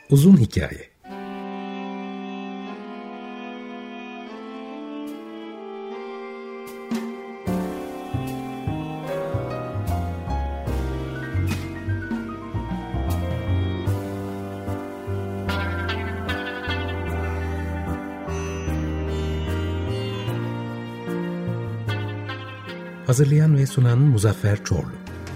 Uzun hikaye. Hazırlayan ve sunan Muzaffer Çorlu.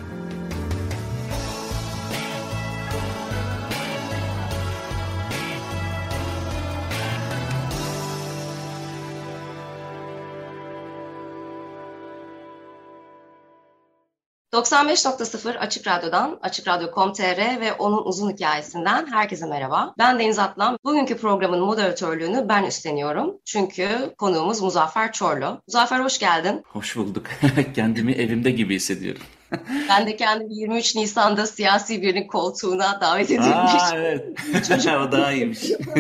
...95.0 Açık Radyo'dan, Açık Radyo.com.tr ve onun uzun hikayesinden herkese merhaba. Ben Deniz Atlan. Bugünkü programın moderatörlüğünü ben üstleniyorum. Çünkü konuğumuz Muzaffer Çorlu. Muzaffer hoş geldin. Hoş bulduk. Kendimi evimde gibi hissediyorum. Ben de kendimi 23 Nisan'da siyasi birinin koltuğuna davet edilmiş. Evet. O daha iyiymiş.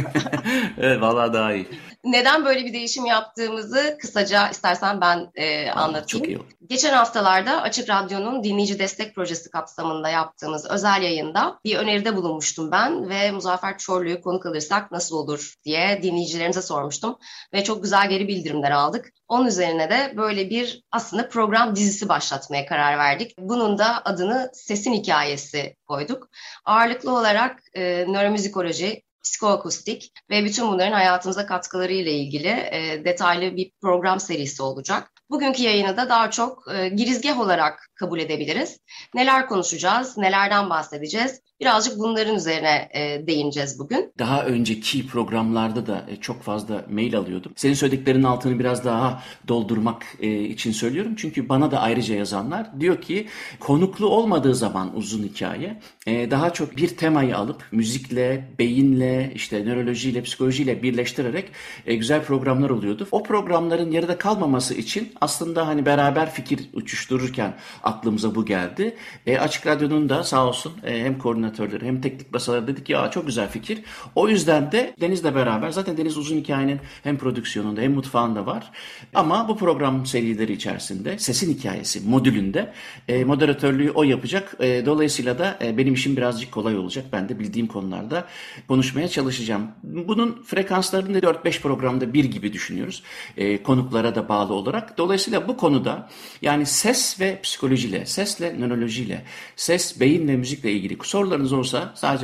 Evet, vallahi daha iyi. Neden böyle bir değişim yaptığımızı kısaca istersen ben anlatayım. Çok iyi olur. Geçen haftalarda Açık Radyo'nun dinleyici destek projesi kapsamında yaptığımız özel yayında bir öneride bulunmuştum ben ve Muzaffer Çorlu'yu konuk alırsak nasıl olur diye dinleyicilerimize sormuştum ve çok güzel geri bildirimler aldık. Onun üzerine de böyle bir aslında program dizisi başlatmaya karar verdik. Bunun da adını Sesin Hikayesi koyduk. Ağırlıklı olarak nöromüzikoloji, psikoakustik ve bütün bunların hayatımıza katkıları ile ilgili detaylı bir program serisi olacak. Bugünkü yayını da daha çok girizgah olarak kabul edebiliriz. Neler konuşacağız, nelerden bahsedeceğiz? Birazcık bunların üzerine değineceğiz bugün. Daha önceki programlarda da çok fazla mail alıyordum. Senin söylediklerinin altını biraz daha doldurmak için söylüyorum. Çünkü bana da ayrıca yazanlar diyor ki konuklu olmadığı zaman uzun hikaye daha çok bir temayı alıp müzikle, beyinle, işte nörolojiyle, psikolojiyle birleştirerek güzel programlar oluyordu. O programların yarıda kalmaması için aslında hani beraber fikir uçuştururken aklımıza bu geldi. Açık Radyo'nun da sağ olsun hem koordinatörleri hem teknik basaları dedik ki ya çok güzel fikir. O yüzden de Deniz'le beraber, zaten Deniz uzun hikayenin hem prodüksiyonunda hem mutfağında var. Ama bu program serileri içerisinde Sesin Hikayesi modülünde moderatörlüğü o yapacak. Dolayısıyla da benim işim birazcık kolay olacak. Ben de bildiğim konularda konuşmaya çalışacağım. Bunun frekanslarını 4-5 programda bir gibi düşünüyoruz. Konuklara da bağlı olarak. Dolayısıyla bu konuda yani ses ve psikolojiyle, sesle nörolojiyle, ses, beyin ve müzikle ilgili sorularınız olsa sadece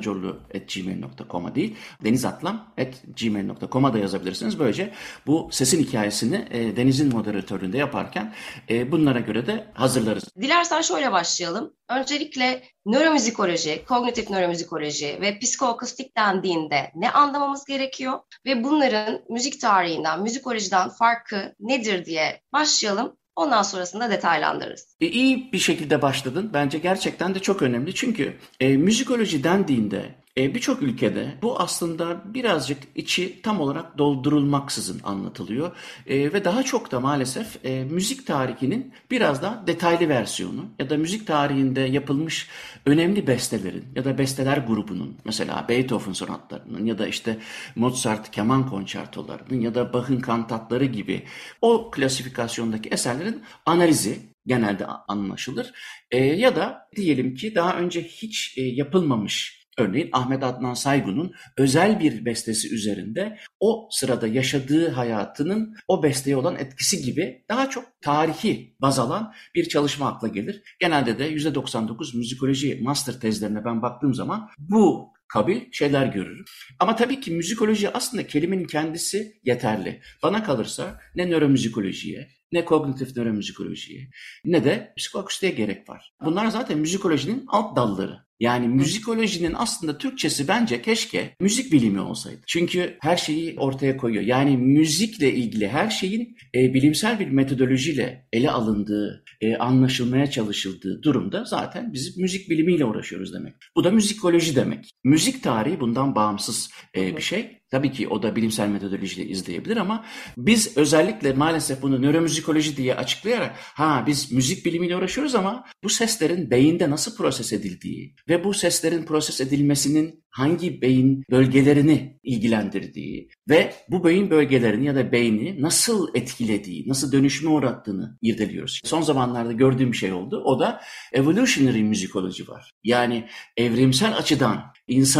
muzaffercorlu@gmail.com'a değil, denizatlam@gmail.com'a da yazabilirsiniz. Böylece bu sesin hikayesini Deniz'in moderatörlüğünde yaparken bunlara göre de hazırlarız. Dilersen şöyle başlayalım. Öncelikle nöromüzikoloji, kognitif nöromüzikoloji ve psikoakustik dendiğinde ne anlamamız gerekiyor? Ve bunların müzik tarihinden, müzikolojiden farkı nedir diye başlayalım. Ondan sonrasında detaylandırırız. İyi bir şekilde başladın. Bence gerçekten de çok önemli. Çünkü müzikoloji dendiğinde birçok ülkede bu aslında birazcık içi tam olarak doldurulmaksızın anlatılıyor. Ve daha çok da maalesef müzik tarihinin biraz daha detaylı versiyonu ya da müzik tarihinde yapılmış önemli bestelerin ya da besteler grubunun, mesela Beethoven sonatlarının ya da işte Mozart keman konçertolarının ya da Bach'ın kantatları gibi o klasifikasyondaki eserlerin analizi genelde anlaşılır. Ya da diyelim ki daha önce hiç yapılmamış, örneğin Ahmet Adnan Saygun'un özel bir bestesi üzerinde o sırada yaşadığı hayatının o besteye olan etkisi gibi daha çok tarihi baz alan bir çalışma akla gelir. Genelde de %99 müzikoloji master tezlerine ben baktığım zaman bu kabil şeyler görürüm. Ama tabii ki müzikoloji aslında kelimenin kendisi yeterli. Bana kalırsa ne nöromüzikolojiye, ne kognitif nöromüzikolojiye, ne de psikoakustiğe gerek var. Bunlar zaten müzikolojinin alt dalları. Yani müzikolojinin aslında Türkçesi bence keşke müzik bilimi olsaydı. Çünkü her şeyi ortaya koyuyor. Yani müzikle ilgili her şeyin bilimsel bir metodolojiyle ele alındığı, anlaşılmaya çalışıldığı durumda zaten biz müzik bilimiyle uğraşıyoruz demek. Bu da müzikoloji demek. Müzik tarihi bundan bağımsız bir şey. Tabii ki o da bilimsel metodolojiyle izleyebilir ama biz özellikle maalesef bunu nöromüzikoloji diye açıklayarak biz müzik bilimiyle uğraşıyoruz ama bu seslerin beyinde nasıl proses edildiği ve bu seslerin proses edilmesinin hangi beyin bölgelerini ilgilendirdiği ve bu beyin bölgelerini ya da beyni nasıl etkilediği, nasıl dönüşüme uğrattığını irdeliyoruz. Son zamanlarda gördüğüm bir şey oldu. O da evolutionary müzikoloji var. Yani evrimsel açıdan insanın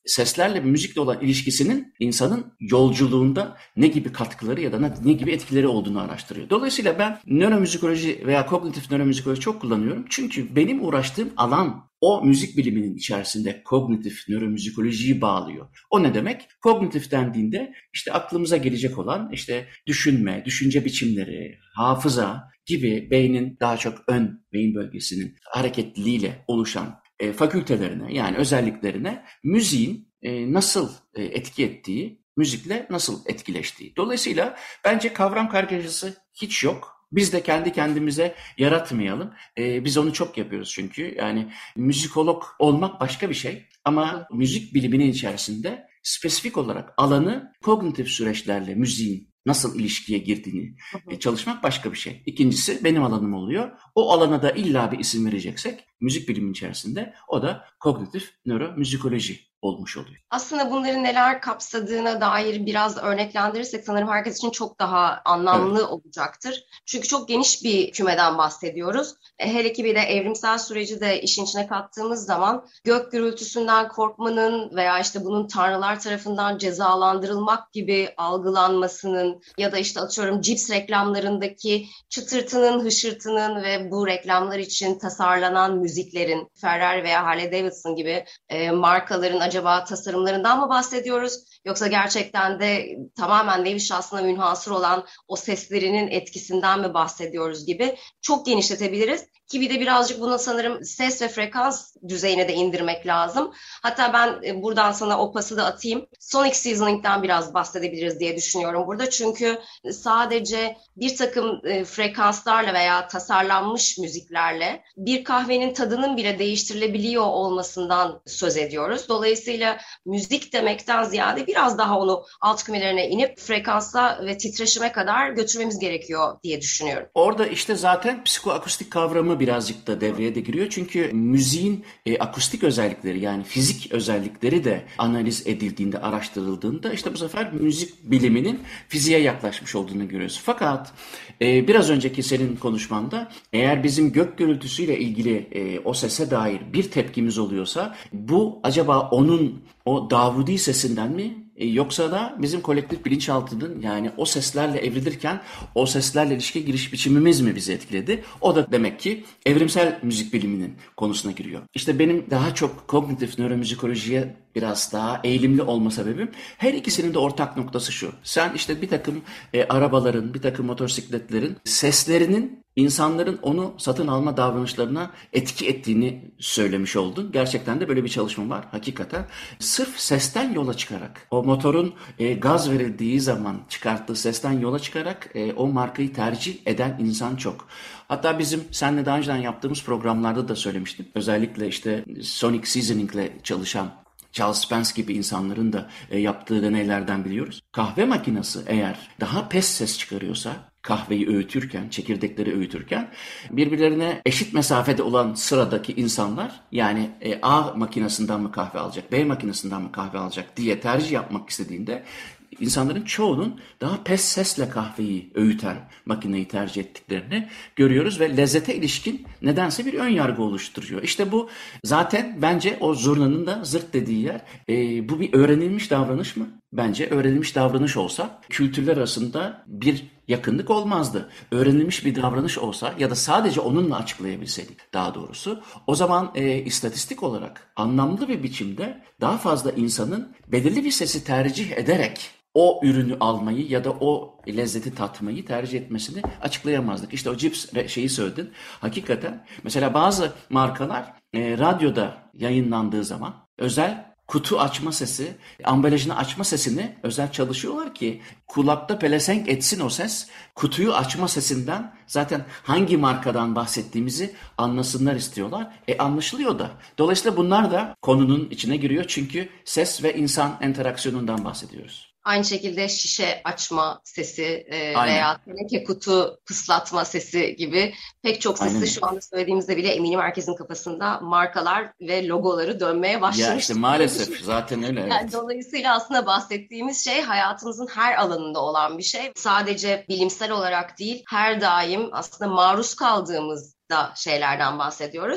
seslerle ve müzikle olan ilişkisinin insanın yolculuğunda ne gibi katkıları ya da ne gibi etkileri olduğunu araştırıyor. Dolayısıyla ben nöromüzikoloji veya kognitif nöromüzikoloji çok kullanıyorum. Çünkü benim uğraştığım alan o müzik biliminin içerisinde kognitif nöromüzikolojiyi bağlıyor. O ne demek? Kognitif dendiğinde işte aklımıza gelecek olan işte düşünme, düşünce biçimleri, hafıza gibi beynin daha çok ön beyin bölgesinin hareketliliğiyle oluşan fakültelerine yani özelliklerine müziğin nasıl etki ettiği, müzikle nasıl etkileştiği. Dolayısıyla bence kavram kargaşası hiç yok. Biz de kendi kendimize yaratmayalım. Biz onu çok yapıyoruz çünkü. Yani müzikolog olmak başka bir şey. Ama müzik biliminin içerisinde spesifik olarak alanı kognitif süreçlerle müziğin nasıl ilişkiye girdiğini çalışmak başka bir şey. İkincisi benim alanım oluyor. O alana da illa bir isim vereceksek müzik bilimin içerisinde o da kognitif nöromüzikoloji olmuş oluyor. Aslında bunların neler kapsadığına dair biraz örneklendirirsek sanırım herkes için çok daha anlamlı olacaktır. Çünkü çok geniş bir kümeden bahsediyoruz. Hele ki bir de evrimsel süreci de işin içine kattığımız zaman gök gürültüsünden korkmanın veya işte bunun tanrılar tarafından cezalandırılmak gibi algılanmasının ya da işte atıyorum cips reklamlarındaki çıtırtının, hışırtının ve bu reklamlar için tasarlanan müziklerin, Ferrari veya Harley Davidson gibi markaların acaba tasarımlarından mı bahsediyoruz? Yoksa gerçekten de tamamen nevi şahsına münhasır olan o seslerinin etkisinden mi bahsediyoruz gibi çok genişletebiliriz. Ki bir de birazcık buna sanırım ses ve frekans düzeyine de indirmek lazım. Hatta ben buradan sana o pası da atayım. Sonic Seasoning'den biraz bahsedebiliriz diye düşünüyorum burada. Çünkü sadece bir takım frekanslarla veya tasarlanmış müziklerle bir kahvenin tadının bile değiştirilebiliyor olmasından söz ediyoruz. Dolayısıyla müzik demekten ziyade biraz daha onu alt kümelerine inip frekansla ve titreşime kadar götürmemiz gerekiyor diye düşünüyorum. Orada işte zaten psikoakustik kavramı birazcık da devreye de giriyor. Çünkü müziğin akustik özellikleri yani fizik özellikleri de analiz edildiğinde, araştırıldığında işte bu sefer müzik biliminin fiziğe yaklaşmış olduğunu görüyoruz. Fakat biraz önceki senin konuşmanda eğer bizim gök gürültüsüyle ilgili o sese dair bir tepkimiz oluyorsa bu acaba onun o Davudi sesinden mi? Yoksa da bizim kolektif bilinçaltının yani o seslerle evrilirken o seslerle ilişki giriş biçimimiz mi bizi etkiledi? O da demek ki evrimsel müzik biliminin konusuna giriyor. İşte benim daha çok kognitif nöromüzikolojiye biraz daha eğilimli olma sebebim her ikisinin de ortak noktası şu. Sen işte bir takım arabaların, bir takım motosikletlerin seslerinin insanların onu satın alma davranışlarına etki ettiğini söylemiş oldun. Gerçekten de böyle bir çalışma var hakikaten. Sırf sesten yola çıkarak, o motorun gaz verildiği zaman çıkarttığı sesten yola çıkarak o markayı tercih eden insan çok. Hatta bizim seninle daha önceden yaptığımız programlarda da söylemiştim. Özellikle işte Sonic Seasoning'le çalışan Charles Spence gibi insanların da yaptığı deneylerden biliyoruz. Kahve makinesi eğer daha pes ses çıkarıyorsa kahveyi öğütürken, çekirdekleri öğütürken birbirlerine eşit mesafede olan sıradaki insanlar yani A makinesinden mi kahve alacak, B makinesinden mi kahve alacak diye tercih yapmak istediğinde insanların çoğunun daha pes sesle kahveyi öğüten makineyi tercih ettiklerini görüyoruz ve lezzete ilişkin nedense bir ön yargı oluşturuyor. İşte bu zaten bence o zurnanın da zırt dediği yer. Bu bir öğrenilmiş davranış mı? Bence öğrenilmiş davranış olsa kültürler arasında bir yakınlık olmazdı. Öğrenilmiş bir davranış olsa ya da sadece onunla açıklayabilseydik daha doğrusu o zaman istatistik olarak anlamlı bir biçimde daha fazla insanın belirli bir sesi tercih ederek o ürünü almayı ya da o lezzeti tatmayı tercih etmesini açıklayamazdık. İşte o cips şeyi söyledin. Hakikaten mesela bazı markalar radyoda yayınlandığı zaman özel kutu açma sesi, ambalajını açma sesini özel çalışıyorlar ki kulakta pelesenk etsin o ses. Kutuyu açma sesinden zaten hangi markadan bahsettiğimizi anlasınlar istiyorlar. Anlaşılıyor da. Dolayısıyla bunlar da konunun içine giriyor çünkü ses ve insan interaksiyonundan bahsediyoruz. Aynı şekilde şişe açma sesi veya teneke kutu pıslatma sesi gibi pek çok sesi şu anda söylediğimizde bile eminim herkesin kafasında markalar ve logoları dönmeye başlamış. Ya işte maalesef zaten öyle. Evet. Yani dolayısıyla aslında bahsettiğimiz şey hayatımızın her alanında olan bir şey. Sadece bilimsel olarak değil her daim aslında maruz kaldığımız da şeylerden bahsediyoruz.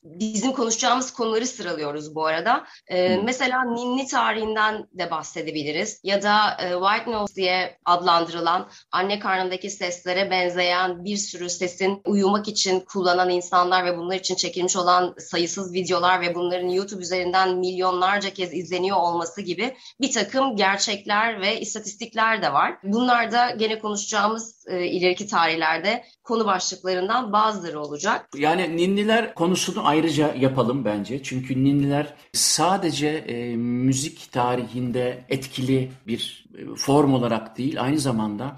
bizim konuşacağımız konuları sıralıyoruz bu arada. Mesela ninni tarihinden de bahsedebiliriz. Ya da white noise diye adlandırılan anne karnındaki seslere benzeyen bir sürü sesin uyumak için kullanan insanlar ve bunlar için çekilmiş olan sayısız videolar ve bunların YouTube üzerinden milyonlarca kez izleniyor olması gibi bir takım gerçekler ve istatistikler de var. Bunlar da gene konuşacağımız ileriki tarihlerde konu başlıklarından bazıları olacak. Yani ninniler konusunu ayrıca yapalım bence. Çünkü ninniler sadece müzik tarihinde etkili bir form olarak değil, aynı zamanda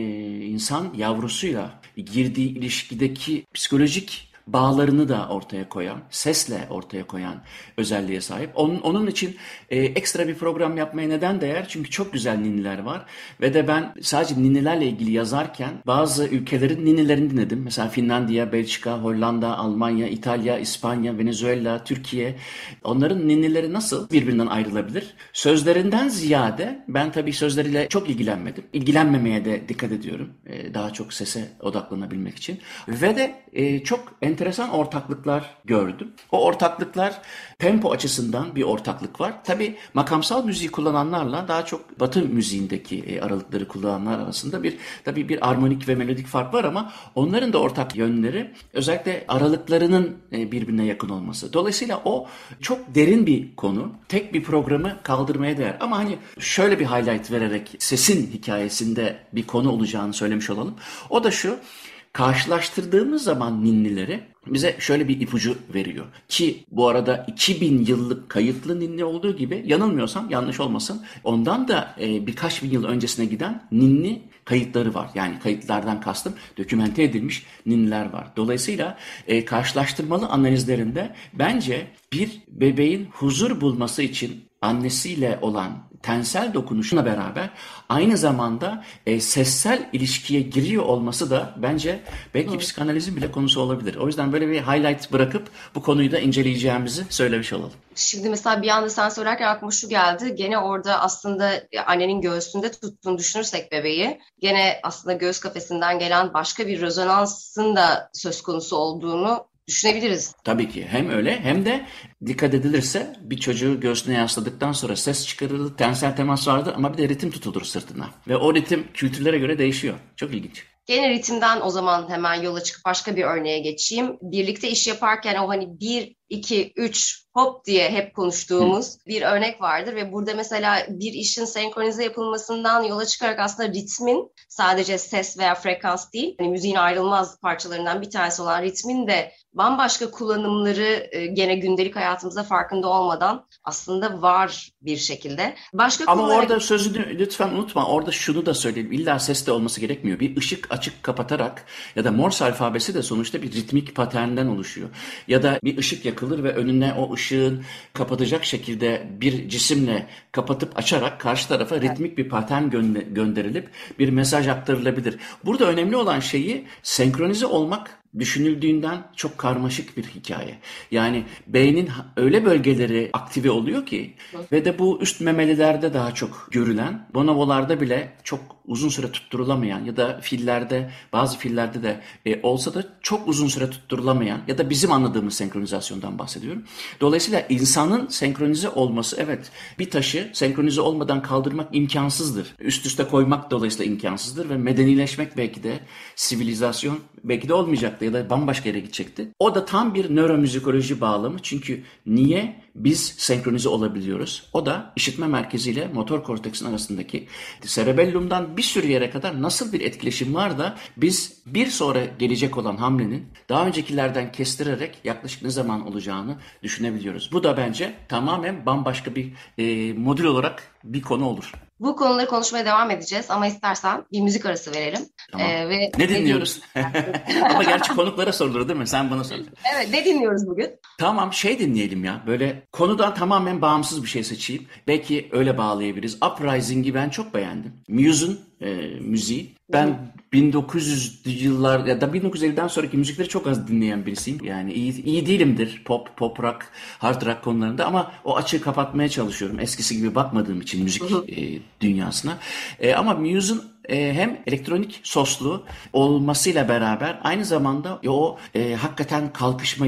insan yavrusuyla girdiği ilişkideki psikolojik bağlarını da ortaya koyan, sesle ortaya koyan özelliğe sahip. Onun için ekstra bir program yapmaya neden değer? Çünkü çok güzel ninniler var. Ve de ben sadece ninnilerle ilgili yazarken bazı ülkelerin ninnilerini dinledim. Mesela Finlandiya, Belçika, Hollanda, Almanya, İtalya, İspanya, Venezuela, Türkiye. Onların ninnileri nasıl birbirinden ayrılabilir? Sözlerinden ziyade ben tabii sözleriyle çok ilgilenmedim. İlgilenmemeye de dikkat ediyorum. Daha çok sese odaklanabilmek için. Ve de çok enteresan ortaklıklar gördüm. O ortaklıklar tempo açısından bir ortaklık var. Tabii makamsal müziği kullananlarla daha çok Batı müziğindeki aralıkları kullananlar arasında bir armonik ve melodik fark var ama onların da ortak yönleri özellikle aralıklarının birbirine yakın olması. Dolayısıyla o çok derin bir konu. Tek bir programı kaldırmaya değer. Ama hani şöyle bir highlight vererek sesin hikayesinde bir konu olacağını söylemiş olalım. O da şu: karşılaştırdığımız zaman ninnileri bize şöyle bir ipucu veriyor. Ki bu arada 2000 yıllık kayıtlı ninni olduğu gibi, yanılmıyorsam, yanlış olmasın, ondan da birkaç bin yıl öncesine giden ninni kayıtları var. Yani kayıtlardan kastım dokümente edilmiş ninniler var. Dolayısıyla karşılaştırmalı analizlerinde bence bir bebeğin huzur bulması için annesiyle olan tensel dokunuşuna beraber aynı zamanda sessel ilişkiye giriyor olması da bence belki psikanalizin bile konusu olabilir. O yüzden böyle bir highlight bırakıp bu konuyu da inceleyeceğimizi söylemiş olalım. Şimdi mesela bir anda sen söylerken aklıma şu geldi. Gene orada aslında annenin göğsünde tuttuğunu düşünürsek bebeği, gene aslında göğüs kafesinden gelen başka bir rezonansın da söz konusu olduğunu düşünebiliriz. Tabii ki hem öyle hem de dikkat edilirse bir çocuğu göğsüne yasladıktan sonra ses çıkarılır, tensel temas vardır ama bir de ritim tutulur sırtına. Ve o ritim kültürlere göre değişiyor. Çok ilginç. Gene ritimden o zaman hemen yola çıkıp başka bir örneğe geçeyim. Birlikte iş yaparken o hani 1, 2, 3 hop diye hep konuştuğumuz bir örnek vardır ve burada mesela bir işin senkronize yapılmasından yola çıkarak aslında ritmin sadece ses veya frekans değil, hani müziğin ayrılmaz parçalarından bir tanesi olan ritmin de bambaşka kullanımları gene gündelik hayatımızda farkında olmadan aslında var bir şekilde. Ama orada sözünü lütfen unutma. Orada şunu da söyleyeyim. İlla ses de olması gerekmiyor. Bir ışık açık kapatarak ya da Morse alfabesi de sonuçta bir ritmik paternden oluşuyor. Ya da bir ışık yakılır ve önüne o ışığın kapatacak şekilde bir cisimle kapatıp açarak karşı tarafa ritmik bir patern gönderilip bir mesaj aktarılabilir. Burada önemli olan şeyi senkronize olmak düşünüldüğünden çok karmaşık bir hikaye. Yani beynin öyle bölgeleri aktive oluyor ki ve de bu üst memelilerde daha çok görülen, bonobolarda bile çok uzun süre tutturulamayan ya da fillerde, bazı fillerde de olsa da çok uzun süre tutturulamayan ya da bizim anladığımız senkronizasyondan bahsediyorum. Dolayısıyla insanın senkronize olması, evet, bir taşı senkronize olmadan kaldırmak imkansızdır. Üst üste koymak dolayısıyla imkansızdır ve medenileşmek belki de, sivilizasyon belki de olmayacaktı ya da bambaşka yere gidecekti. O da tam bir nöromüzikoloji bağlamı. Çünkü niye biz senkronize olabiliyoruz? O da işitme merkeziyle motor korteksin arasındaki cerebellumdan bir sürü yere kadar nasıl bir etkileşim var da biz bir sonra gelecek olan hamlenin daha öncekilerden kestirerek yaklaşık ne zaman olacağını düşünebiliyoruz. Bu da bence tamamen bambaşka bir modül olarak bir konu olur. Bu konuları konuşmaya devam edeceğiz ama istersen bir müzik arası verelim. Tamam. Ne dinliyoruz? Ama gerçi konuklara sorulur değil mi? Sen bana sor. Evet, ne dinliyoruz bugün? Tamam, dinleyelim ya. Böyle konudan tamamen bağımsız bir şey seçeyim. Belki öyle bağlayabiliriz. Uprising'i ben çok beğendim. Muse'un müziği. Ben 1900'lü yıllar ya da 1950'den sonraki müzikleri çok az dinleyen birisiyim. Yani iyi değilimdir pop rock, hard rock konularında ama o açığı kapatmaya çalışıyorum. Eskisi gibi bakmadığım için müzik dünyasına. Ama Muse'un hem elektronik soslu olmasıyla beraber aynı zamanda o hakikaten kalkışmayı,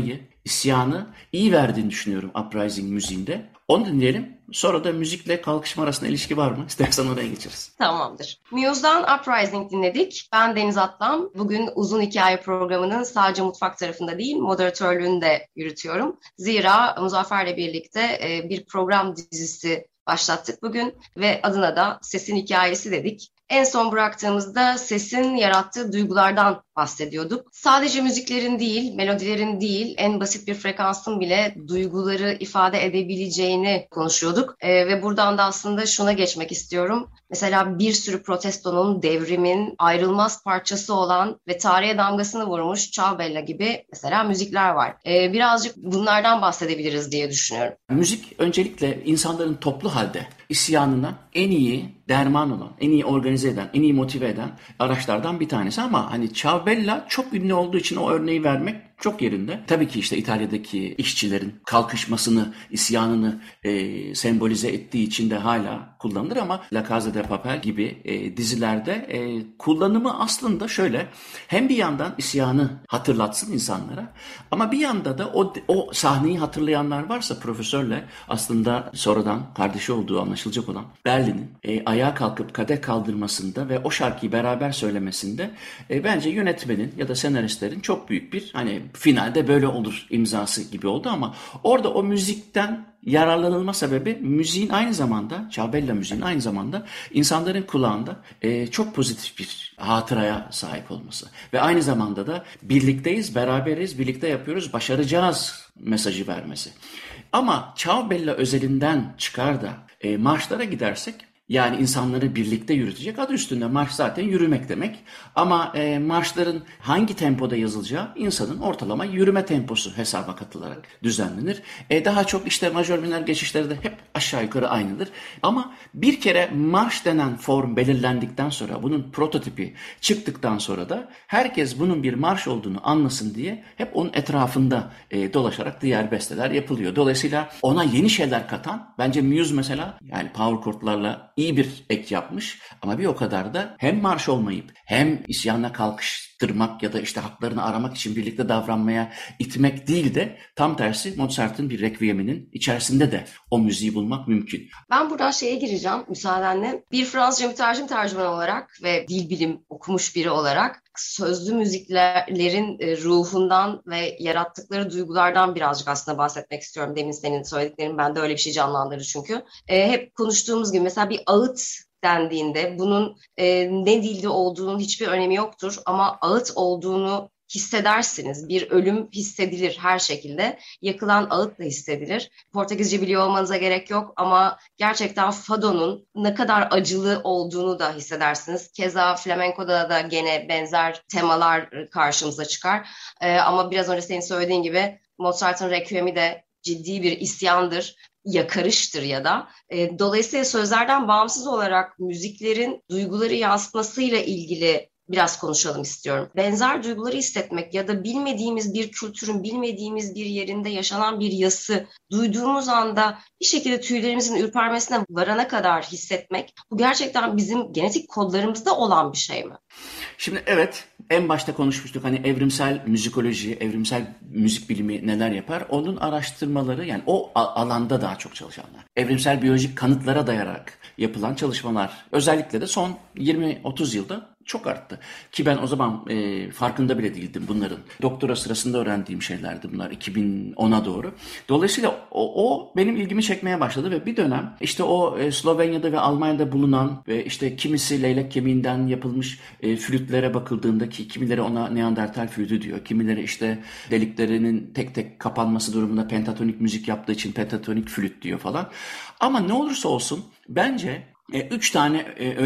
isyanı iyi verdiğini düşünüyorum Uprising müziğinde. Onu dinleyelim. Sonra da müzikle kalkışma arasında ilişki var mı? İstersen oraya geçeriz. Tamamdır. Muse'dan Uprising dinledik. Ben Deniz Atlam. Bugün uzun hikaye programının sadece mutfak tarafında değil, moderatörlüğünü de yürütüyorum. Zira Muzaffer'le birlikte bir program dizisi başlattık bugün ve adına da Sesin Hikayesi dedik. En son bıraktığımızda sesin yarattığı duygulardan bahsediyorduk. Sadece müziklerin değil, melodilerin değil, en basit bir frekansın bile duyguları ifade edebileceğini konuşuyorduk. Ve buradan da aslında şuna geçmek istiyorum. Mesela bir sürü protestonun, devrimin ayrılmaz parçası olan ve tarihe damgasını vurmuş Ciao Bella gibi mesela müzikler var. Birazcık bunlardan bahsedebiliriz diye düşünüyorum. Müzik öncelikle insanların toplu halde isyanına en iyi derman olan, en iyi organize eden, en iyi motive eden araçlardan bir tanesi. Ama hani Ciao Bella çok ünlü olduğu için o örneği vermek çok yerinde. Tabii ki işte İtalya'daki işçilerin kalkışmasını, isyanını sembolize ettiği için de hala kullanılır ama La Casa de Papel gibi dizilerde kullanımı aslında şöyle, hem bir yandan isyanı hatırlatsın insanlara ama bir yanda da o sahneyi hatırlayanlar varsa profesörle aslında sonradan kardeşi olduğu anlaşılacak olan Berlin'in ayağa kalkıp kadeh kaldırmasında ve o şarkıyı beraber söylemesinde bence yönetmenin ya da senaristlerin çok büyük bir hani finalde böyle olur imzası gibi oldu ama orada o müzikten yararlanılma sebebi müziğin aynı zamanda, Ciao Bella müziğin aynı zamanda insanların kulağında çok pozitif bir hatıraya sahip olması. Ve aynı zamanda da birlikteyiz, beraberiz, birlikte yapıyoruz, başaracağız mesajı vermesi. Ama Ciao Bella özelinden çıkar da marşlara gidersek, yani insanları birlikte yürütecek, adı üstünde marş zaten yürümek demek. Ama marşların hangi tempoda yazılacağı insanın ortalama yürüme temposu hesaba katılarak düzenlenir. Daha çok işte majör minör geçişleri de hep aşağı yukarı aynıdır. Ama bir kere marş denen form belirlendikten sonra, bunun prototipi çıktıktan sonra da herkes bunun bir marş olduğunu anlasın diye hep onun etrafında dolaşarak diğer besteler yapılıyor. Dolayısıyla ona yeni şeyler katan, bence Muse mesela yani power chordlarla iyi bir ek yapmış ama bir o kadar da hem marş olmayıp hem isyanla kalkıştırmak ya da işte haklarını aramak için birlikte davranmaya itmek değil de tam tersi Mozart'ın bir Requiem'inin içerisinde de o müziği bulmak mümkün. Ben buradan şeye gireceğim müsaadenle. Bir Fransızca mütercim tercüman olarak ve dil bilim okumuş biri olarak sözlü müziklerin ruhundan ve yarattıkları duygulardan birazcık aslında bahsetmek istiyorum. Demin senin söylediklerin bende öyle bir şey canlandırdı çünkü. Hep konuştuğumuz gibi mesela bir ağıt dendiğinde bunun ne dilde olduğunun hiçbir önemi yoktur ama ağıt olduğunu hissedersiniz. Bir ölüm hissedilir her şekilde. Yakılan ağıt da hissedilir. Portekizce biliyor olmanıza gerek yok ama gerçekten Fado'nun ne kadar acılı olduğunu da hissedersiniz. Keza flamenko'da da gene benzer temalar karşımıza çıkar. Ama biraz önce senin söylediğin gibi Mozart'ın Requiem'i de ciddi bir isyandır, yakarıştır ya da. Dolayısıyla sözlerden bağımsız olarak müziklerin duyguları yansıtmasıyla ilgili biraz konuşalım istiyorum. Benzer duyguları hissetmek ya da bilmediğimiz bir kültürün, bilmediğimiz bir yerinde yaşanan bir yası duyduğumuz anda bir şekilde tüylerimizin ürpermesine varana kadar hissetmek, bu gerçekten bizim genetik kodlarımızda olan bir şey mi? Şimdi evet, en başta konuşmuştuk hani evrimsel müzikoloji, evrimsel müzik bilimi neler yapar? Onun araştırmaları, yani o alanda daha çok çalışanlar. Evrimsel biyolojik kanıtlara dayanarak yapılan çalışmalar özellikle de son 20-30 yılda çok arttı. Ki ben o zaman farkında bile değildim bunların. Doktora sırasında öğrendiğim şeylerdi bunlar 2010'a doğru. Dolayısıyla o benim ilgimi çekmeye başladı ve bir dönem işte o Slovenya'da ve Almanya'da bulunan ve işte kimisi leylek kemiğinden yapılmış flütlere bakıldığında ki kimileri ona Neandertal flütü diyor. Kimileri işte deliklerinin tek tek kapanması durumunda pentatonik müzik yaptığı için pentatonik flüt diyor falan. Ama ne olursa olsun bence 3 tane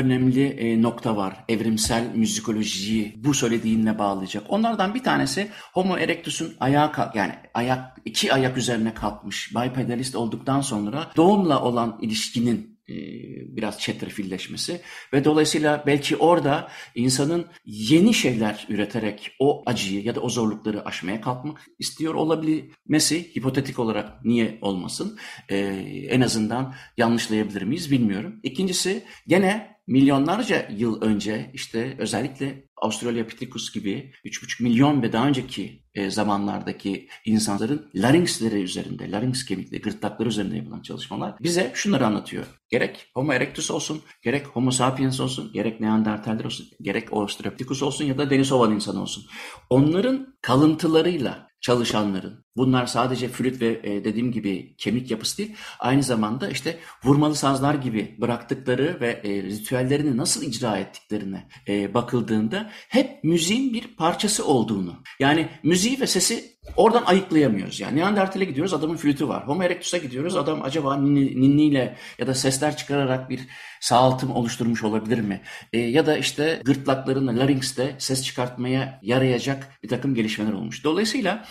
önemli nokta var evrimsel müzikolojiyi bu söylediğinle bağlayacak. Onlardan bir tanesi Homo erectus'un iki ayak üzerine kalkmış bipedalist olduktan sonra doğumla olan ilişkinin biraz çetrefilleşmesi ve dolayısıyla belki orada insanın yeni şeyler üreterek o acıyı ya da o zorlukları aşmaya kalkmak istiyor olabilmesi, hipotetik olarak niye olmasın, en azından yanlışlayabilir miyiz bilmiyorum. İkincisi gene milyonlarca yıl önce işte özellikle Australopithecus gibi 3,5 milyon ve daha önceki zamanlardaki insanların larinksleri üzerinde, larynx kemikleri, gırtlakları üzerinde yapılan çalışmalar bize şunları anlatıyor. Gerek Homo erectus olsun, gerek Homo sapiens olsun, gerek Neandertaller olsun, gerek Australopithecus olsun ya da Denisovan insanı olsun. Onların kalıntılarıyla çalışanların, bunlar sadece flüt ve dediğim gibi kemik yapısı değil, aynı zamanda işte vurmalı sazlar gibi bıraktıkları ve ritüellerini nasıl icra ettiklerine bakıldığında hep müziğin bir parçası olduğunu, yani müziği ve sesi oradan ayıklayamıyoruz. Yani Neandertal'e gidiyoruz, adamın flütü var. Homo erectus'a gidiyoruz, adam acaba ninniyle ya da sesler çıkararak bir sağaltım oluşturmuş olabilir mi? Ya da işte gırtlaklarında, larynx'te ses çıkartmaya yarayacak bir takım gelişmeler olmuş. Dolayısıyla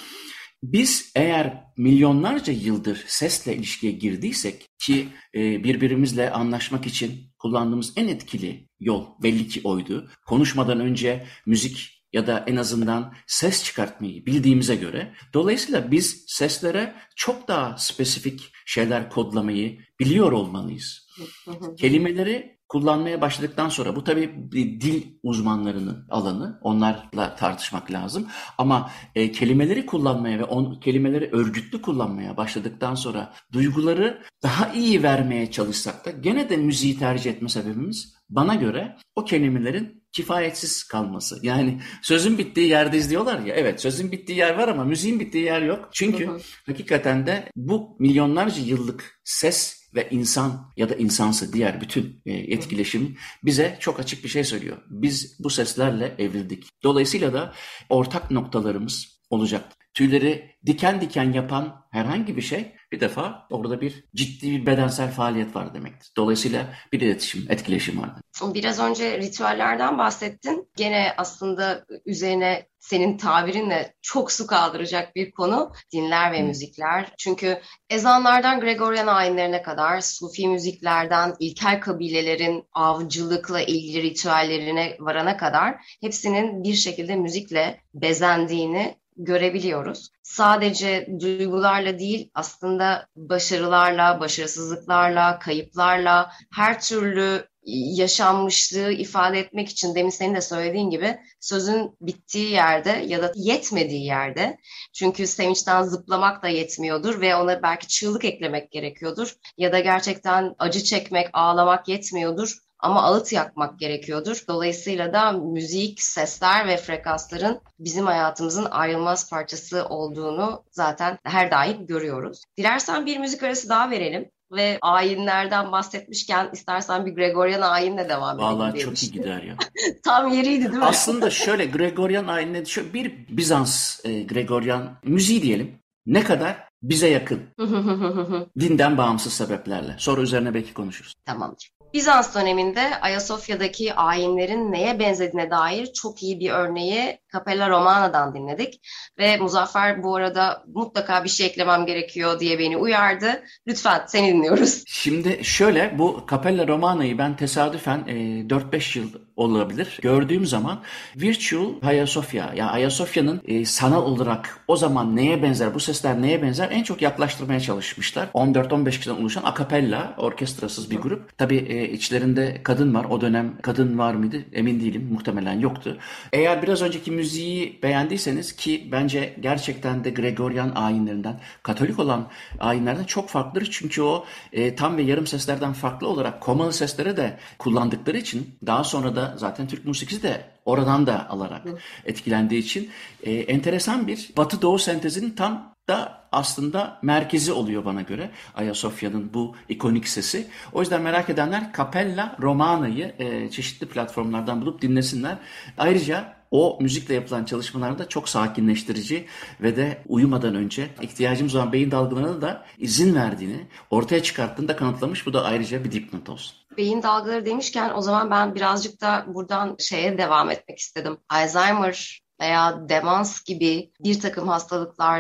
biz eğer milyonlarca yıldır sesle ilişkiye girdiysek ki birbirimizle anlaşmak için kullandığımız en etkili yol belli ki oydu. Konuşmadan önce müzik ya da en azından ses çıkartmayı bildiğimize göre, dolayısıyla biz seslere çok daha spesifik şeyler kodlamayı biliyor olmalıyız. Kelimeleri kullanmaya başladıktan sonra, bu tabii dil uzmanlarının alanı, onlarla tartışmak lazım. Ama kelimeleri kullanmaya ve kelimeleri örgütlü kullanmaya başladıktan sonra duyguları daha iyi vermeye çalışsak da gene de müziği tercih etme sebebimiz bana göre o kelimelerin kifayetsiz kalması. Yani sözün bittiği yerdeyiz diyorlar ya. Evet, sözün bittiği yer var ama müziğin bittiği yer yok. Çünkü hakikaten de bu milyonlarca yıllık ses ve insan ya da insansı diğer bütün etkileşim bize çok açık bir şey söylüyor. Biz bu seslerle evrildik. Dolayısıyla da ortak noktalarımız olacak. Tüyleri diken diken yapan herhangi bir şey, bir defa orada bir ciddi bir bedensel faaliyet var demektir. Dolayısıyla bir iletişim, etkileşim var. Biraz önce ritüellerden bahsettin. Gene aslında üzerine senin tabirinle çok su kaldıracak bir konu dinler ve müzikler. Çünkü ezanlardan Gregorian ayinlerine kadar, Sufi müziklerden ilkel kabilelerin avcılıkla ilgili ritüellerine varana kadar hepsinin bir şekilde müzikle bezendiğini görebiliyoruz. Sadece duygularla değil, aslında başarılarla, başarısızlıklarla, kayıplarla, her türlü yaşanmışlığı ifade etmek için demin senin de söylediğin gibi sözün bittiği yerde ya da yetmediği yerde, çünkü sevinçten zıplamak da yetmiyordur ve ona belki çığlık eklemek gerekiyordur ya da gerçekten acı çekmek, ağlamak yetmiyordur. Ama ağıt yakmak gerekiyordur. Dolayısıyla da müzik, sesler ve frekansların bizim hayatımızın ayrılmaz parçası olduğunu zaten her daim görüyoruz. Dilersen bir müzik arası daha verelim ve ayinlerden bahsetmişken istersen bir Gregorian ayinle devam edelim. Vallahi çok iyi gider ya. Tam yeriydi değil mi? Aslında şöyle, Gregorian ayinle bir Bizans Gregorian müziği diyelim. Ne kadar bize yakın. Dinden bağımsız sebeplerle. Sonra üzerine belki konuşuruz. Tamamdır. Bizans döneminde Ayasofya'daki ayinlerin neye benzediğine dair çok iyi bir örneği Capella Romana'dan dinledik. Ve Muzaffer bu arada mutlaka bir şey eklemem gerekiyor diye beni uyardı. Lütfen seni dinliyoruz. Şimdi şöyle, bu Capella Romana'yı ben tesadüfen 4-5 yıl olabilir gördüğüm zaman Virtual Ayasofya, yani Ayasofya'nın sanal olarak o zaman neye benzer, bu sesler neye benzer en çok yaklaştırmaya çalışmışlar. 14-15 kişiden oluşan a cappella, orkestrasız bir grup. Tabii içlerinde kadın var. O dönem kadın var mıydı? Emin değilim. Muhtemelen yoktu. Eğer biraz önceki müziği beğendiyseniz, ki bence gerçekten de Gregorian ayinlerinden, Katolik olan ayinlerden çok farklıdır. Çünkü o tam ve yarım seslerden farklı olarak komalı sesleri de kullandıkları için, daha sonra da zaten Türk musikisi de oradan da alarak etkilendiği için enteresan bir Batı Doğu sentezinin tam da aslında merkezi oluyor bana göre Ayasofya'nın bu ikonik sesi. O yüzden merak edenler Capella Romana'yı çeşitli platformlardan bulup dinlesinler. Ayrıca o müzikle yapılan çalışmalarda çok sakinleştirici ve de uyumadan önce ihtiyacımız olan beyin dalgalarına da izin verdiğini, ortaya çıkarttığını da kanıtlamış. Bu da ayrıca bir dipnot olsun. Beyin dalgaları demişken o zaman ben birazcık da buradan şeye devam etmek istedim. Alzheimer veya demans gibi bir takım hastalıklarda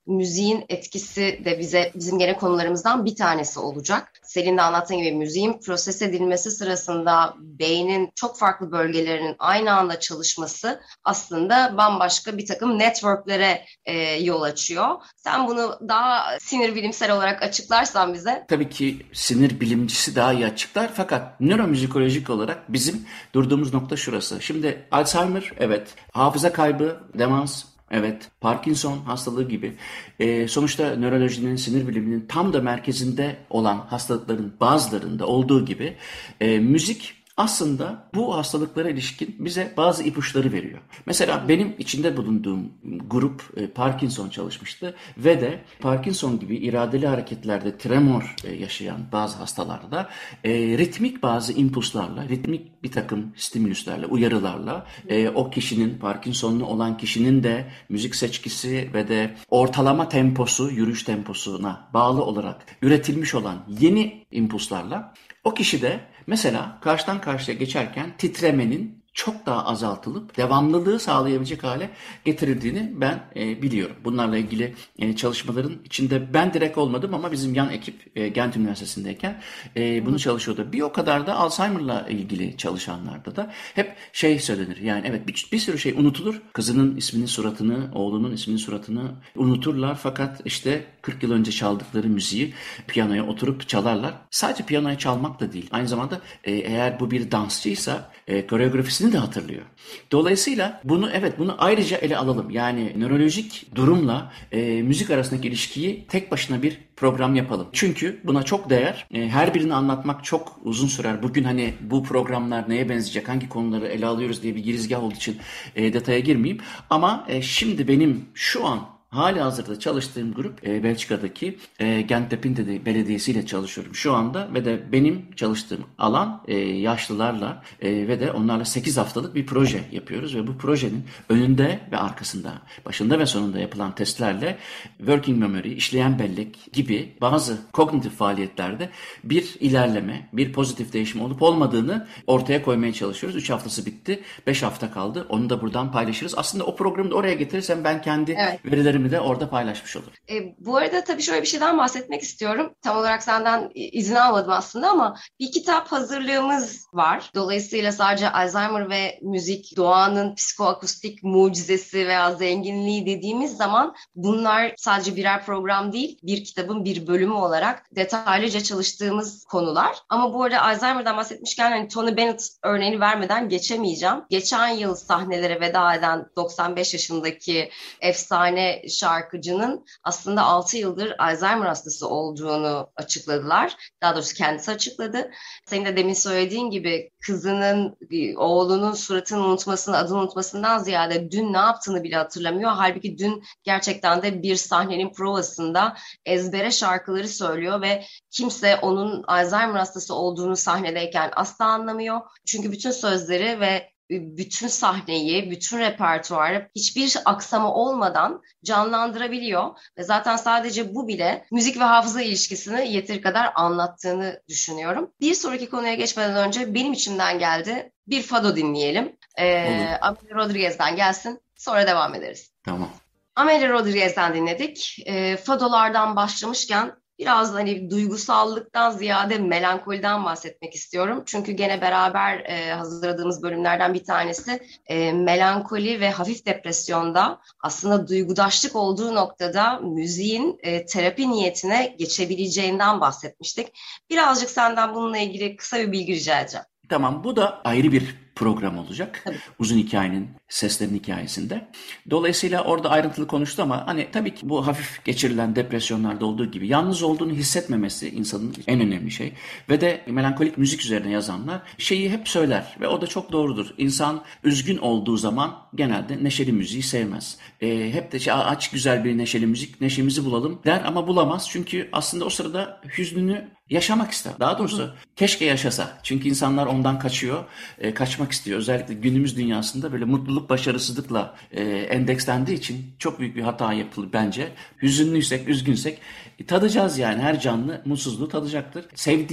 müziğin etkisi de bizim gene konularımızdan bir tanesi olacak. Selin de anlattığın gibi müziğin proses edilmesi sırasında beynin çok farklı bölgelerinin aynı anda çalışması aslında bambaşka bir takım networklere yol açıyor. Sen bunu daha sinir bilimsel olarak açıklarsan bize. Tabii ki sinir bilimcisi daha iyi açıklar fakat nöromüzikolojik olarak bizim durduğumuz nokta şurası. Şimdi Alzheimer, evet, hafıza kaybı, demans, evet, Parkinson hastalığı gibi sonuçta nörolojinin, sinir biliminin tam da merkezinde olan hastalıkların bazılarında olduğu gibi müzik aslında bu hastalıklara ilişkin bize bazı ipuçları veriyor. Mesela benim içinde bulunduğum grup Parkinson çalışmıştı ve de Parkinson gibi iradeli hareketlerde tremor yaşayan bazı hastalarda ritmik bazı impulslarla, ritmik bir takım stimüluslarla, uyarılarla o kişinin, Parkinsonlu olan kişinin de müzik seçkisi ve de ortalama temposu, yürüyüş temposuna bağlı olarak üretilmiş olan yeni impulslarla o kişi de mesela karşıdan karşıya geçerken titremenin çok daha azaltılıp devamlılığı sağlayabilecek hale getirildiğini ben biliyorum. Bunlarla ilgili çalışmaların içinde ben direkt olmadım ama bizim yan ekip Gent Üniversitesi'ndeyken bunu çalışıyordu. Bir o kadar da Alzheimer'la ilgili çalışanlarda da hep şey söylenir. Yani evet bir sürü şey unutulur. Kızının isminin suratını, oğlunun isminin suratını unuturlar fakat işte 40 yıl önce çaldıkları müziği piyanoya oturup çalarlar. Sadece piyanoya çalmak da değil. Aynı zamanda eğer bu bir dansçıysa koreografisini de hatırlıyor. Dolayısıyla bunu ayrıca ele alalım. Yani nörolojik durumla müzik arasındaki ilişkiyi tek başına bir program yapalım. Çünkü buna çok değer. Her birini anlatmak çok uzun sürer. Bugün hani bu programlar neye benzeyecek, hangi konuları ele alıyoruz diye bir girizgah olduğu için detaya girmeyeyim. Ama şimdi benim şu an halihazırda çalıştığım grup Belçika'daki Gent-de-Pinte Belediyesi ile çalışıyorum şu anda ve de benim çalıştığım alan yaşlılarla ve de onlarla 8 haftalık bir proje yapıyoruz ve bu projenin önünde ve arkasında, başında ve sonunda yapılan testlerle working memory, işleyen bellek gibi bazı kognitif faaliyetlerde bir ilerleme, bir pozitif değişim olup olmadığını ortaya koymaya çalışıyoruz. 3 haftası bitti, 5 hafta kaldı. Onu da buradan paylaşırız. Aslında o programı da oraya getirirsem ben kendi verilerimi de orada paylaşmış olurum. Bu arada tabii şöyle bir şeyden bahsetmek istiyorum. Tam olarak senden izin almadım aslında ama bir kitap hazırlığımız var. Dolayısıyla sadece Alzheimer ve müzik, doğanın psikoakustik mucizesi veya zenginliği dediğimiz zaman bunlar sadece birer program değil, bir kitabın bir bölümü olarak detaylıca çalıştığımız konular. Ama bu arada Alzheimer'dan bahsetmişken hani Tony Bennett örneğini vermeden geçemeyeceğim. Geçen yıl sahnelere veda eden 95 yaşındaki efsane şarkıcının aslında 6 yıldır Alzheimer hastası olduğunu açıkladılar. Daha doğrusu kendisi açıkladı. Senin de demin söylediğin gibi kızının, oğlunun suratını unutmasını, adını unutmasından ziyade dün ne yaptığını bile hatırlamıyor. Halbuki dün gerçekten de bir sahnenin provasında ezbere şarkıları söylüyor ve kimse onun Alzheimer hastası olduğunu sahnedeyken asla anlamıyor. Çünkü bütün sözleri ve bütün sahneyi, bütün repertuarı hiçbir aksama olmadan canlandırabiliyor. Ve zaten sadece bu bile müzik ve hafıza ilişkisini yeteri kadar anlattığını düşünüyorum. Bir sonraki konuya geçmeden önce benim içimden geldi. Bir fado dinleyelim. Amelia Rodriguez'den gelsin. Sonra devam ederiz. Tamam. Amelia Rodriguez'den dinledik. Fadolardan başlamışken biraz hani duygusallıktan ziyade melankoliden bahsetmek istiyorum. Çünkü gene beraber hazırladığımız bölümlerden bir tanesi melankoli ve hafif depresyonda aslında duygudaşlık olduğu noktada müziğin terapi niyetine geçebileceğinden bahsetmiştik. Birazcık senden bununla ilgili kısa bir bilgi rica edeceğim. Tamam, bu da ayrı bir program olacak. Tabii. Uzun hikayenin, seslerin hikayesinde. Dolayısıyla orada ayrıntılı konuştu ama hani tabii ki bu hafif geçirilen depresyonlarda olduğu gibi yalnız olduğunu hissetmemesi insanın en önemli şey. Ve de melankolik müzik üzerine yazanlar şeyi hep söyler ve o da çok doğrudur. İnsan üzgün olduğu zaman genelde neşeli müziği sevmez. Hep de aç güzel bir neşeli müzik, neşemizi bulalım der ama bulamaz. Çünkü aslında o sırada hüznünü yaşamak ister. Daha doğrusu keşke yaşasa. Çünkü insanlar ondan kaçıyor, kaçmak istiyor. Özellikle günümüz dünyasında böyle mutluluk başarısızlıkla endekslendiği için çok büyük bir hata yapılır bence. Hüzünlüysek, üzgünsek tadacağız yani. Her canlı mutsuzluğu tadacaktır. Sevdiği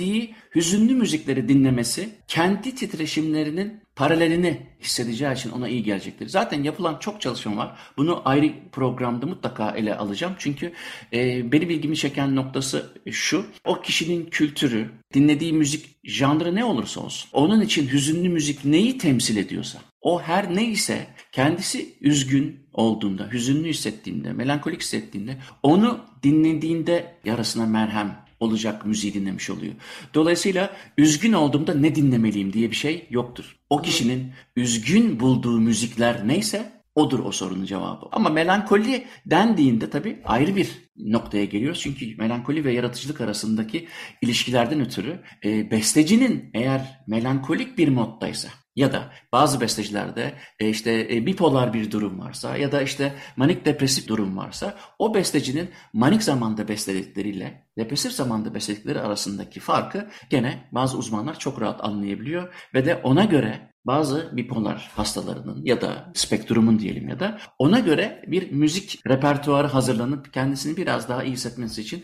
hüzünlü müzikleri dinlemesi kendi titreşimlerinin paralelini hissedeceği için ona iyi gelecektir. Zaten yapılan çok çalışma var. Bunu ayrı programda mutlaka ele alacağım. Çünkü benim ilgimi çeken noktası şu. O kişinin kültürü, dinlediği müzik janrı ne olursa olsun. Onun için hüzünlü müzik neyi temsil ediyorsa, o her neyse kendisi üzgün olduğunda, hüzünlü hissettiğinde, melankolik hissettiğinde onu dinlediğinde yarasına merhem olacak müziği dinlemiş oluyor. Dolayısıyla üzgün olduğumda ne dinlemeliyim diye bir şey yoktur. O kişinin üzgün bulduğu müzikler neyse odur o sorunun cevabı. Ama melankoli dendiğinde tabii ayrı bir noktaya geliyoruz. Çünkü melankoli ve yaratıcılık arasındaki ilişkilerden ötürü bestecinin eğer melankolik bir moddaysa ya da bazı bestecilerde bipolar bir durum varsa ya da manik depresif durum varsa o bestecinin manik zamanda besteledikleriyle depresif zamanda besledikleri arasındaki farkı gene bazı uzmanlar çok rahat anlayabiliyor ve de ona göre bazı bipolar hastalarının ya da spektrumun diyelim ya da ona göre bir müzik repertuarı hazırlanıp kendisini biraz daha iyi hissetmesi için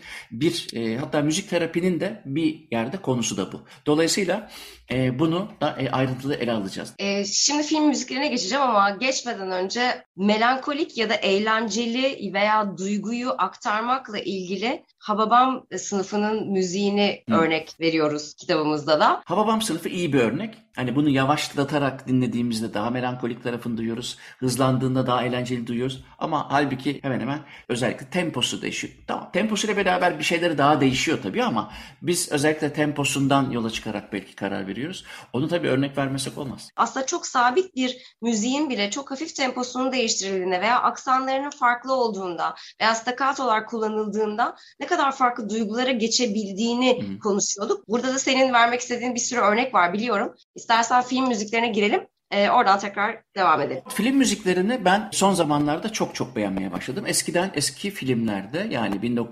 hatta müzik terapinin de bir yerde konusu da bu. Dolayısıyla bunu da ayrıntılı ele alacağız. Şimdi film müziklerine geçeceğim ama geçmeden önce melankolik ya da eğlenceli veya duyguyu aktarmakla ilgili Hababam sınıfının müziğini örnek veriyoruz kitabımızda da. Hababam sınıfı iyi bir örnek. Hani bunu yavaşlatarak dinlediğimizde daha melankolik tarafını duyuyoruz. Hızlandığında daha eğlenceli duyuyoruz. Ama halbuki hemen hemen özellikle temposu değişiyor. Tamam, temposuyla beraber bir şeyleri daha değişiyor tabii ama biz özellikle temposundan yola çıkarak belki karar veriyoruz. Onu tabii örnek vermesek olmaz. Aslında çok sabit bir müziğin bile çok hafif temposunun değiştirildiğinde veya aksanlarının farklı olduğunda veya staccatolar kullanıldığında ne kadar farklı duygulara geçebildiğini konuşuyorduk. Burada da senin vermek istediğin bir sürü örnek var biliyorum. İstersen film müziklerine girelim. Oradan tekrar devam edelim. Film müziklerini ben son zamanlarda çok beğenmeye başladım. Eski filmlerde yani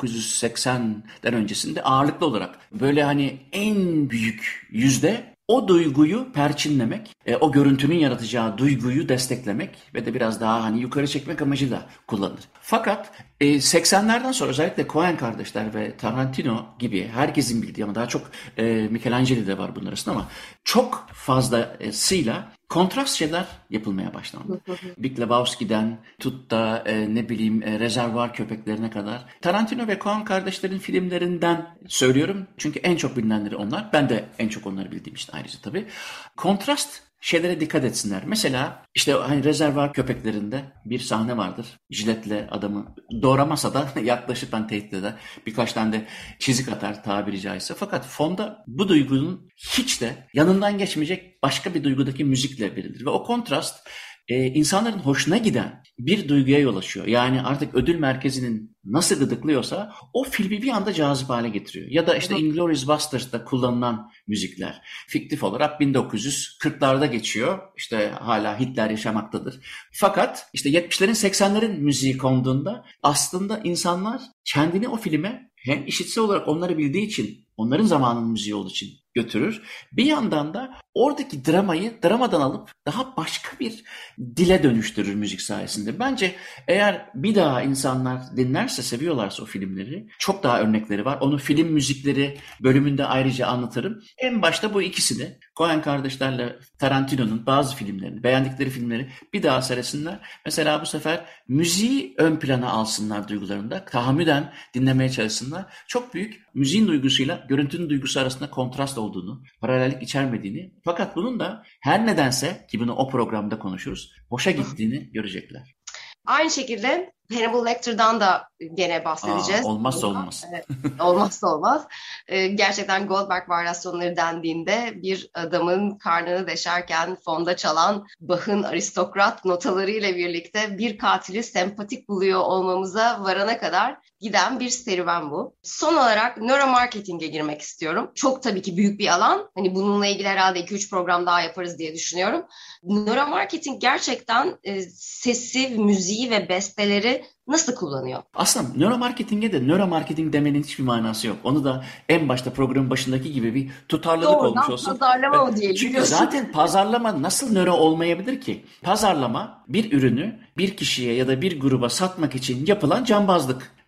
1980'den öncesinde ağırlıklı olarak böyle hani en büyük yüzde o duyguyu perçinlemek, o görüntünün yaratacağı duyguyu desteklemek ve de biraz daha hani yukarı çekmek amacıyla kullanılır. Fakat 80'lerden sonra özellikle Coen kardeşler ve Tarantino gibi herkesin bildiği ama daha çok Michelangelo de var bunlar arasında ama çok fazlasıyla kontrast şeyler yapılmaya başlandı. Big Lebowski'den tut da Rezervuar Köpeklerine kadar. Tarantino ve Coen kardeşlerin filmlerinden söylüyorum. Çünkü en çok bilinenleri onlar. Ben de en çok onları bildiğim için ayrıca tabii. Kontrast şeylere dikkat etsinler. Mesela hani Rezervuar Köpeklerinde bir sahne vardır. Jiletle adamı doğramasa da yaklaşıp tehdit eder. Birkaç tane de çizik atar tabiri caizse. Fakat fonda bu duygunun hiç de yanından geçmeyecek başka bir duygudaki müzikle verilir. Ve o kontrast insanların hoşuna giden bir duyguya yol açıyor. Yani artık ödül merkezinin nasıl gıdıklıyorsa o filmi bir anda cazip hale getiriyor. Ya da Inglourious Basterds'da kullanılan müzikler fiktif olarak 1940'larda geçiyor. Hala Hitler yaşamaktadır. Fakat 70'lerin 80'lerin müziği konduğunda aslında insanlar kendini o filme hem işitsel olarak onları bildiği için, onların zamanının müziği olduğu için götürür. Bir yandan da oradaki dramayı dramadan alıp daha başka bir dile dönüştürür müzik sayesinde. Bence eğer bir daha insanlar dinlerse, seviyorlarsa o filmleri, çok daha örnekleri var. Onu film müzikleri bölümünde ayrıca anlatırım. En başta bu ikisini, Coen kardeşlerle Tarantino'nun bazı filmlerini, beğendikleri filmleri bir daha seyretsinler. Mesela bu sefer müziği ön plana alsınlar duygularında. Tahammüden dinlemeye çalışsınlar. Çok büyük müziğin duygusuyla görüntünün duygusu arasında kontrast olduğunu, paralellik içermediğini, fakat bunun da her nedense ki bunu o programda konuşuruz, hoşa gittiğini görecekler. Aynı şekilde Hannibal Lecter'dan da gene bahsedeceğiz. Olmazsa olmaz. Evet, olmazsa olmaz. Gerçekten Goldberg varyasyonları dendiğinde bir adamın karnını deşerken fonda çalan Bach'ın aristokrat notalarıyla birlikte bir katili sempatik buluyor olmamıza varana kadar giden bir serüven bu. Son olarak nöromarketinge girmek istiyorum. Çok tabii ki büyük bir alan. Hani bununla ilgili herhalde 2-3 program daha yaparız diye düşünüyorum. Nöromarketing gerçekten sesi, müziği ve besteleri nasıl kullanıyor? Aslında nöromarketinge de nöromarketing demenin hiçbir manası yok. Onu da en başta programın başındaki gibi bir tutarlılık doğrudan olmuş olsun. Pazarlama mı diyelim? Çünkü zaten pazarlama nasıl nöro olmayabilir ki? Pazarlama bir ürünü bir kişiye ya da bir gruba satmak için yapılan cambazlık.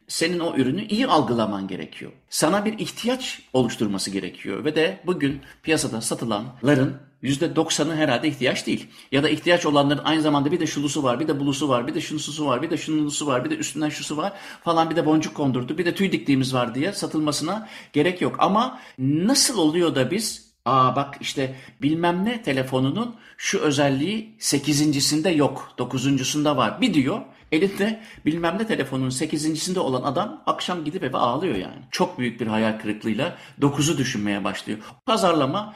senin o ürünü iyi algılaman gerekiyor. Sana bir ihtiyaç oluşturması gerekiyor ve de bugün piyasada satılanların %90'ı herhalde ihtiyaç değil. Ya da ihtiyaç olanların aynı zamanda bir de şulusu var, bir de bulusu var, bir de şunusu var, bir de şunusu var, bir de üstünden şusu var falan, bir de boncuk kondurdu, bir de tüy diktiğimiz var diye satılmasına gerek yok. Ama nasıl oluyor da biz bak işte bilmem ne telefonunun şu özelliği 8.'sinde yok, 9.'sunda var bir diyor. Elinde bilmem ne telefonun 8.'sinde olan adam akşam gidip eve ağlıyor yani. Çok büyük bir hayal kırıklığıyla 9'u düşünmeye başlıyor. Pazarlama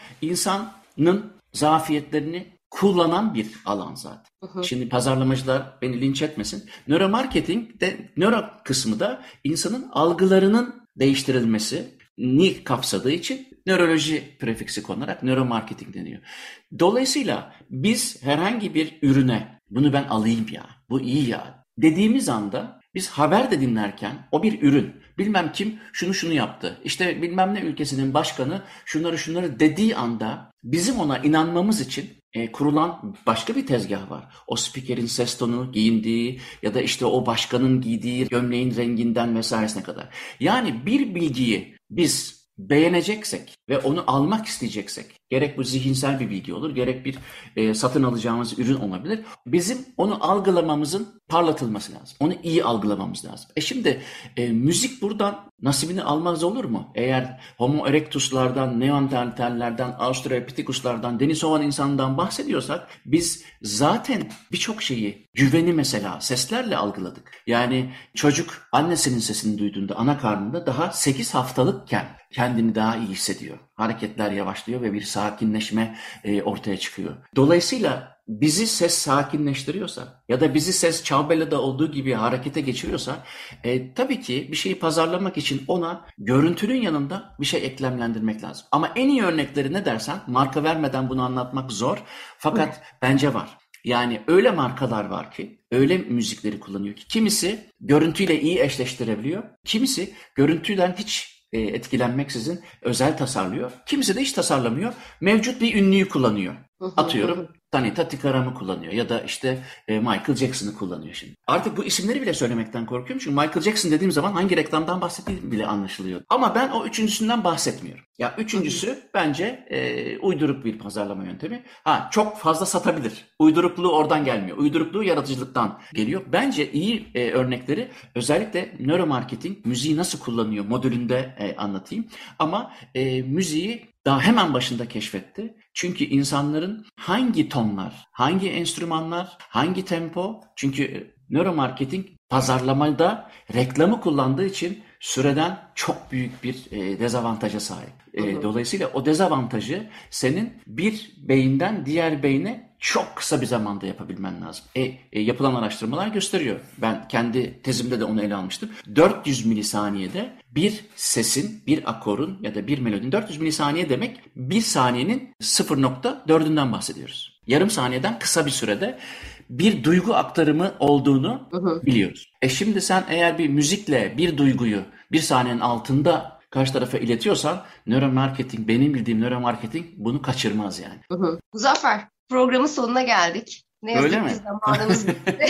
insanın zafiyetlerini kullanan bir alan zaten. Şimdi pazarlamacılar beni linç etmesin. Nöromarketing de, nöro kısmı da insanın algılarının değiştirilmesini kapsadığı için nöroloji prefiksi konarak nöromarketing deniyor. Dolayısıyla biz herhangi bir ürüne bunu ben alayım ya, bu iyi ya dediğimiz anda biz haber de dinlerken o bir ürün. Bilmem kim şunu yaptı. İşte bilmem ne ülkesinin başkanı şunları dediği anda bizim ona inanmamız için kurulan başka bir tezgah var. O spikerin ses tonu, giyindiği ya da işte o başkanın giydiği gömleğin renginden vesairesine kadar. Yani bir bilgiyi biz beğeneceksek ve onu almak isteyeceksek, gerek bu zihinsel bir bilgi olur, gerek bir satın alacağımız ürün olabilir. Bizim onu algılamamızın parlatılması lazım. Onu iyi algılamamız lazım. Şimdi müzik buradan nasibini almaz olur mu? Eğer Homo erectus'lardan, Neandertallerden, Australopithecus'lardan, Denisovan insanından bahsediyorsak biz zaten birçok şeyi, güveni mesela seslerle algıladık. Yani çocuk annesinin sesini duyduğunda ana karnında daha 8 haftalıkken kendini daha iyi hissediyor. Hareketler yavaşlıyor ve bir sakinleşme ortaya çıkıyor. Dolayısıyla bizi ses sakinleştiriyorsa ya da bizi ses Ciao-Bella'da olduğu gibi harekete geçiriyorsa tabii ki bir şeyi pazarlamak için ona görüntünün yanında bir şey eklemlendirmek lazım. Ama en iyi örnekleri ne dersen, marka vermeden bunu anlatmak zor fakat bence var. Yani öyle markalar var ki, öyle müzikleri kullanıyor ki kimisi görüntüyle iyi eşleştirebiliyor, kimisi görüntüden hiç etkilenmeksizin özel tasarlıyor. Kimisi de hiç tasarlamıyor. Mevcut bir ünlüyü kullanıyor. Atıyorum Tanita Tikaram'ı kullanıyor ya da işte Michael Jackson'ı kullanıyor şimdi. Artık bu isimleri bile söylemekten korkuyorum çünkü Michael Jackson dediğim zaman hangi reklamdan bahsettiğim bile anlaşılıyor. Ama ben o üçüncüsünden bahsetmiyorum. Ya üçüncüsü bence uyduruk bir pazarlama yöntemi. Çok fazla satabilir. Uydurukluğu oradan gelmiyor. Uydurukluğu yaratıcılıktan geliyor. Bence iyi örnekleri özellikle nöromarketing, müziği nasıl kullanıyor modülünde anlatayım. Ama müziği daha hemen başında keşfetti. Çünkü insanların hangi tonlar, hangi enstrümanlar, hangi tempo, çünkü nöromarketing pazarlamada reklamı kullandığı için süreden çok büyük bir dezavantaja sahip. Dolayısıyla o dezavantajı senin bir beyinden diğer beyne çok kısa bir zamanda yapabilmen lazım. Yapılan araştırmalar gösteriyor. Ben kendi tezimde de onu ele almıştım. 400 milisaniyede bir sesin, bir akorun ya da bir melodinin 400 milisaniye demek bir saniyenin 0.4'ünden bahsediyoruz. Yarım saniyeden kısa bir sürede bir duygu aktarımı olduğunu biliyoruz. Şimdi sen eğer bir müzikle bir duyguyu bir saniyenin altında karşı tarafa iletiyorsan nöromarketing, benim bildiğim nöromarketing bunu kaçırmaz yani. Muzaffer, programın sonuna geldik. Ne yazık Öyle ki mi? zamanımız bitti.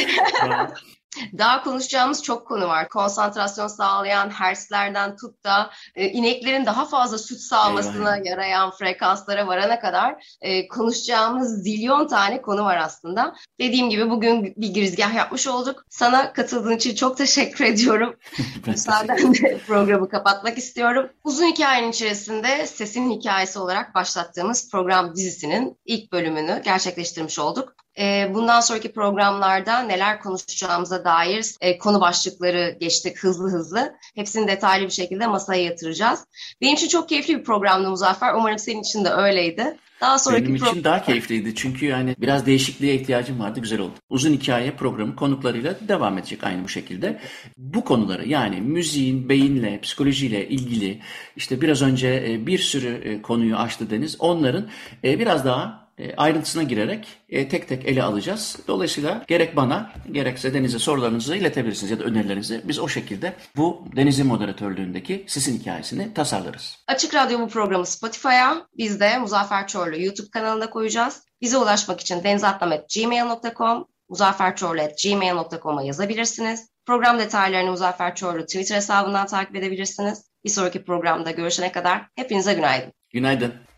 Daha konuşacağımız çok konu var. Konsantrasyon sağlayan hertzlerden tut da ineklerin daha fazla süt sağmasına yarayan frekanslara varana kadar konuşacağımız zilyon tane konu var aslında. Dediğim gibi bugün bir girizgah yapmış olduk. Sana katıldığın için çok teşekkür ediyorum. Müsaadenle programı kapatmak istiyorum. Uzun hikayenin içerisinde sesin hikayesi olarak başlattığımız program dizisinin ilk bölümünü gerçekleştirmiş olduk. Bundan sonraki programlarda neler konuşacağımıza dair konu başlıkları geçtik hızlı. Hepsini detaylı bir şekilde masaya yatıracağız. Benim için çok keyifli bir programdı Muzaffer. Umarım senin için de öyleydi. Daha sonraki Benim için daha keyifliydi çünkü yani biraz değişikliğe ihtiyacım vardı, güzel oldu. Uzun hikaye programı konuklarıyla devam edecek aynı bu şekilde. Bu konuları yani müziğin beyinle, psikolojiyle ilgili işte biraz önce bir sürü konuyu açtı Deniz. Onların biraz daha ayrıntısına girerek tek tek ele alacağız. Dolayısıyla gerek bana gerekse Deniz'e sorularınızı iletebilirsiniz ya da önerilerinizi. Biz o şekilde bu Deniz'in moderatörlüğündeki sesin hikayesini tasarlarız. Açık Radyo bu programı Spotify'a, biz de Muzaffer Çorlu YouTube kanalına koyacağız. Bize ulaşmak için denizatlam@gmail.com, muzafferçorlu@gmail.com'a yazabilirsiniz. Program detaylarını Muzaffer Çorlu Twitter hesabından takip edebilirsiniz. Bir sonraki programda görüşene kadar hepinize günaydın. Günaydın.